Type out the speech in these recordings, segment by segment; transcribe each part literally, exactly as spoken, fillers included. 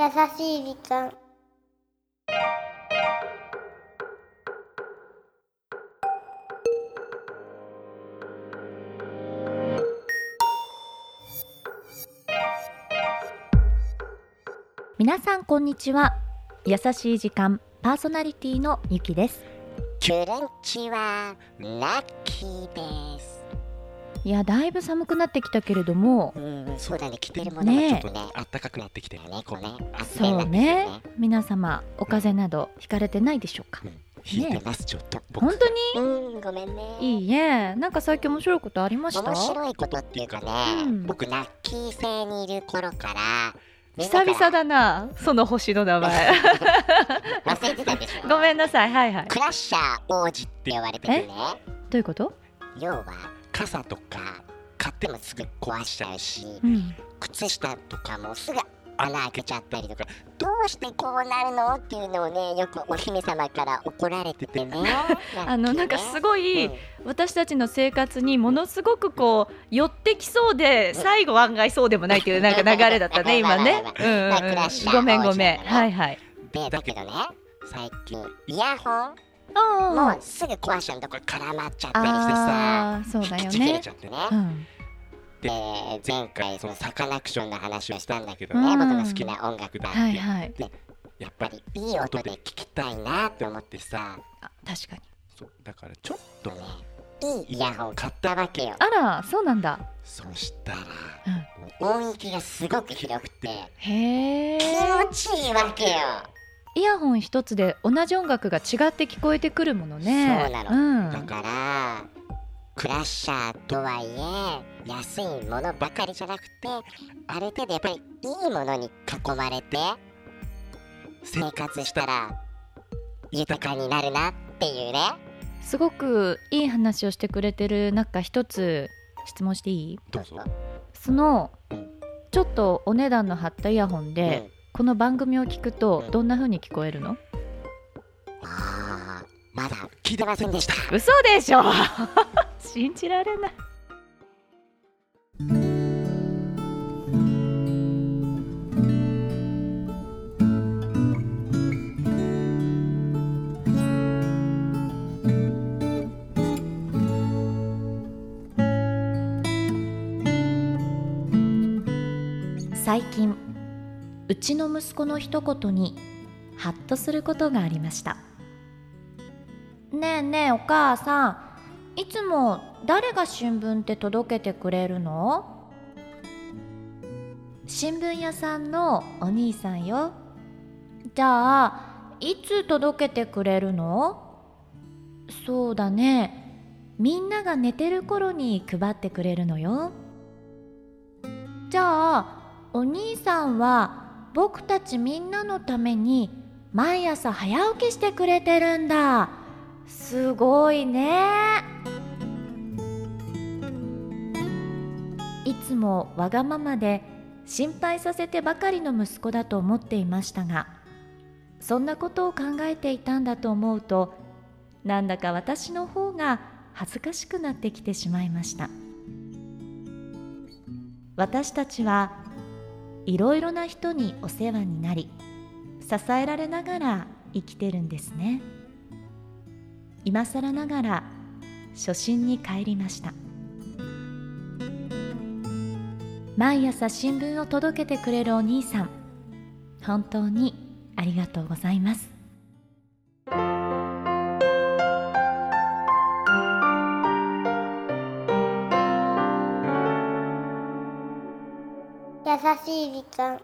優しい時間。 皆さんこんにちは。優しい時間パーソナリティのゆきです。 キュレンチはラッキーです。 いや、だいぶ寒くなってきたけれども、 うん、そうだね、着てるものがちょっとね、暖かくなってきてるね、こうね、暑くなってきてね。 そうね、皆様お風邪などひかれてないでしょうか。 うん、引いてます、ね、ちょっと僕。 本当に？ うん、ごめんね。 いいえ、なんか最近面白いことありました？ 面白いことっていうかね、うん、僕ラッキー星にいる頃から久々だな、その星の名前忘れてたでしょ。 ごめんなさい。はいはい。 クラッシャー王子って呼ばれててね。 どういうこと？ 要は傘とか買ってもすぐ壊しちゃうし、うん、靴下とかもすぐ穴開けちゃったりとか、どうしてこうなるのっていうのをね、よくお姫様から怒られててねあのなんかすごい、うん、私たちの生活にものすごくこう寄ってきそうで、うん、最後案外そうでもないっていうなんか流れだったね今ね。ごめんごめん。はいはい。 でだけどね、最近イヤホンもうすぐ壊しちゃうとこ絡まっちゃったりしてさ、 そうだよね、 引きちぎれちゃってね、 うん、 で前回そのサカナクションの話をしたんだけどね、うん、僕の好きな音楽だって、はいはい、でやっぱりいい音で聴きたいなって思ってさ。 あ、確かに。 そうだからちょっとね、いいイヤホン買ったわけよ。 あら、そうなんだ。 そしたら、うん、音域がすごく広くて、 へー、 気持ちいいわけよ。 イヤホン一つで同じ音楽が違って聞こえてくるものね。 そうなの、うん、だからクラッシャーとはいえ安いものばかりじゃなくて、ある程度やっぱりいいものに囲まれて生活したら豊かになるなっていうね。 すごくいい話をしてくれてる中、一つ質問していい？ どうぞ。 その、うん、ちょっとお値段の張ったイヤホンで、うん、この番組を聞くとどんな風に聞こえるの？うん、 あー、まだ聞いてませんでした。 嘘でしょ信じられない。最近うちの息子の一言にハッとすることがありました。ねえねえお母さん、いつも誰が新聞って届けてくれるの？新聞屋さんのお兄さんよ。じゃあいつ届けてくれるの？そうだね、みんなが寝てる頃に配ってくれるのよ。じゃあお兄さんは僕たちみんなのために毎朝早起きしてくれてるんだ。すごいね。いつもわがままで心配させてばかりの息子だと思っていましたが、そんなことを考えていたんだと思うと、なんだか私の方が恥ずかしくなってきてしまいました。私たちはいろいろな人にお世話になり、支えられながら生きてるんですね。今更ながら初心に帰りました。毎朝新聞を届けてくれるお兄さん、本当にありがとうございます。 優しい時間。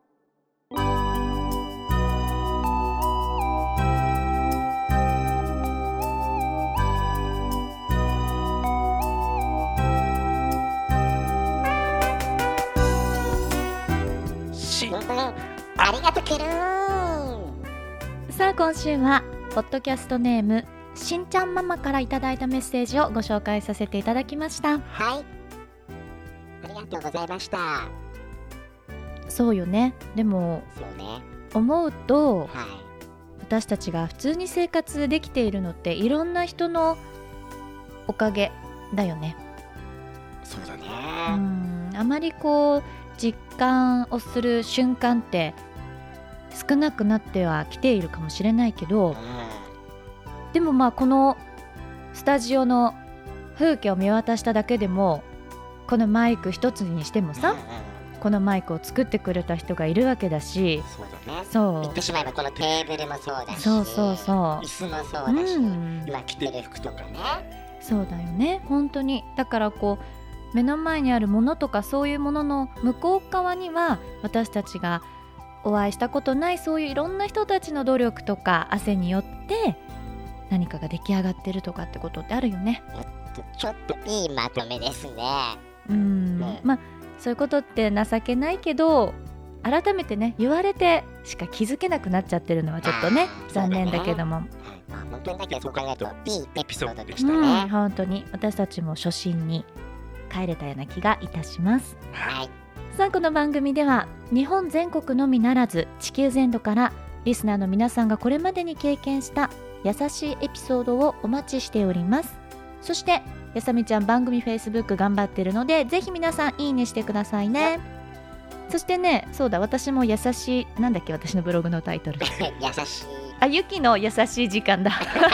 新聞ありがとうケルー。 さあ今週はポッドキャストネームしんちゃんママからいただいたメッセージをご紹介させていただきました。 はい、ありがとうございました。 そうよね。でもそうね、 思うと、はい、 私たちが普通に生活できているのっていろんな人のおかげだよね。 そうだね。 うん、あまりこう実感をする瞬間って少なくなってはきているかもしれないけど、 うん、 でもまあこのスタジオの風景を見渡しただけでもこのマイク一つにしてもさ、 うんうん、 このマイクを作ってくれた人がいるわけだし、 そうだね。 そう言ってしまえばこのテーブルもそうだし、 そうそうそう椅子もそうだし、 うん、 今着てる服とかね。 そうだよね、本当に。だからこう目の前にあるものとかそういうものの向こう側には私たちがお会いしたことないそういういろんな人たちの努力とか汗によって何かが出来上がってるとかってことってあるよね。 ちょっといいまとめですね。 うん、 ね、 まあそういうことって情けないけど改めてね言われてしか気づけなくなっちゃってるのはちょっとね残念だけども、 まあ、本当にだけどそう考えるといいエピソードでしたうん、 ね。 本当に私たちも初心に帰れたような気がいたします。 はい。 さあこの番組では日本全国のみならず地球全土からリスナーの皆さんがこれまでに経験した優しいエピソードをお待ちしております。そしてやさみちゃん番組 Facebook 頑張ってるのでぜひ皆さんいいねしてくださいね。そしてね、そうだ、私も優しい、なんだっけ私のブログのタイトル優しい、 あ、ゆきの優しい時間だ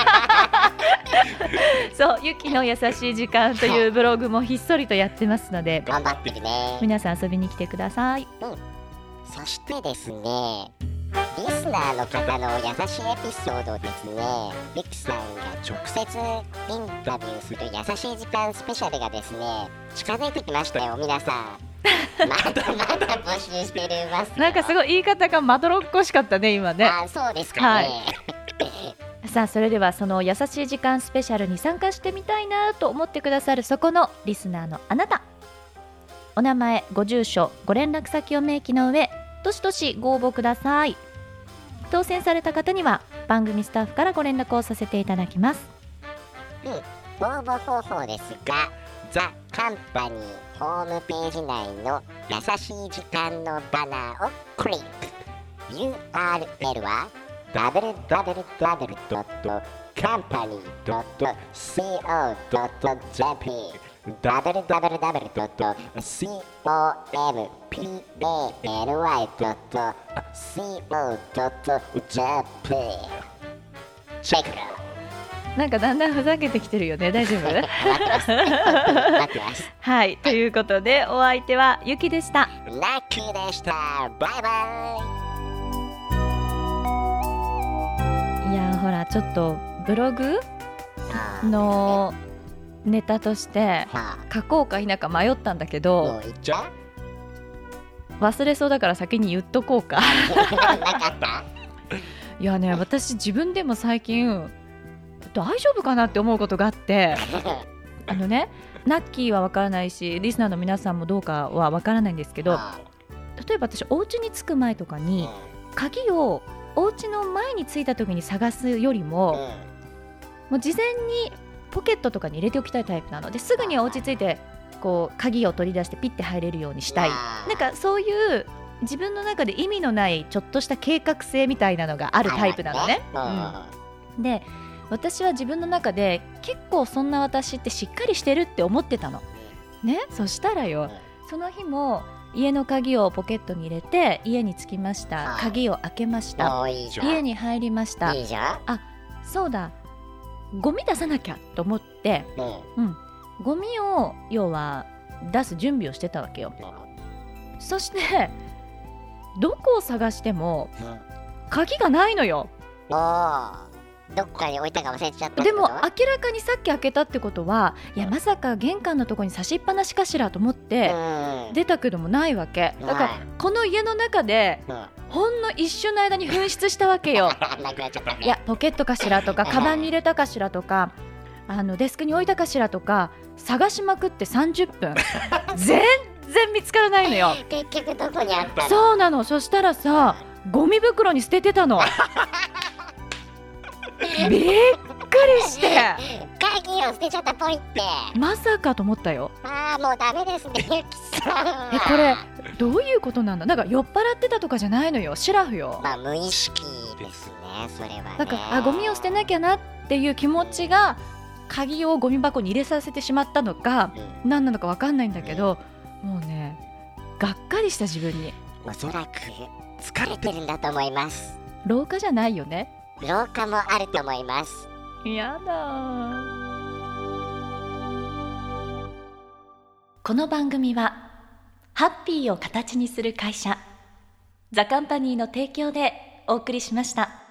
そう、ゆきの優しい時間というブログもひっそりとやってますので頑張ってるね。 皆さん遊びに来てください。 うん、そしてですね、リスナーの方の優しいエピソードをですね、リキさんが直接インタビューする優しい時間スペシャルがですね近づいてきましたよ。皆さんまだまだ募集してるますよ。 なんかすごい言い方がまどろっこしかったね今ね。 あ、そうですかね、はいさあそれではその優しい時間スペシャルに参加してみたいなと思ってくださるそこのリスナーのあなた、お名前、ご住所、ご連絡先を明記の上どしどしご応募ください。当選された方には番組スタッフからご連絡をさせていただきます。 うん、応募方法ですが、ザ・カンパニーホームページ内の優しい時間のバナーをクリック。 ユーアールエル は ダブリューダブリューダブリュードットカンパニードットコードットジェーピー ダブリューダブリューダブリュードットカンパニードットコードットジェーピー チェック。 なんかだんだんふざけてきてるよね、大丈夫？ 待ってます待ってます。 はい、ということでお相手はゆきでした。 ラッキーでした。バイバイ。いやほらちょっとブログイのネタとして書こうか否か迷ったんだけもどう言っちゃう忘れそうだから先に言っとこうかなかったいやね、私自分でも最近大丈夫かなって思うことがあってあのね、ナッキーは分からないしリスナーの皆さんもどうかは分からないんですけど、例えば私お家に着く前とかに鍵をお家の前に着いた時に探すよりも、もう事前にポケットとかに入れておきたいタイプなので、すぐにお家着いてこう鍵を取り出してピッて入れるようにしたい。なんかそういう自分の中で意味のないちょっとした計画性みたいなのがあるタイプなのね。うん、で私は自分の中で結構そんな私ってしっかりしてるって思ってたのね。そしたらよ、その日も家の鍵をポケットに入れて家に着きました。鍵を開けました。 いい家に入りました。 いいじゃん。 あ、そうだ、ゴミ出さなきゃと思って、うん、ゴミを要は出す準備をしてたわけよ。そしてどこを探しても鍵がないのよ。 おー、どっかに置いたか忘れちゃった。 でも明らかにさっき開けたってことは、いやまさか玄関のとこに差しっぱなしかしらと思って出たけどもないわけだから、この家の中でほんの一瞬の間に紛失したわけよいやポケットかしらとかカバンに入れたかしらとかあのデスクに置いたかしらとか探しまくってさんじゅっぷん全然見つからないのよ。 結局どこにあったの？ そうなの。そしたらさ、ゴミ袋に捨ててたのびっくりして鍵を捨てちゃったポイって。 まさかと思ったよ。 あーもうダメですねゆきさん。 えこれどういうことなんだ。なんか酔っ払ってたとかじゃないのよ、シラフよ。 まあ無意識ですねそれはね。 だからあゴミを捨てなきゃなっていう気持ちが鍵をゴミ箱に入れさせてしまったのか、うん、何なのか分かんないんだけど、うん、もうねがっかりした自分に。 おそらく疲れてるんだと思います。 廊下じゃないよね。 廊下もあると思います。 やだ。この番組はハッピーを形にする会社ザカンパニーの提供でお送りしました。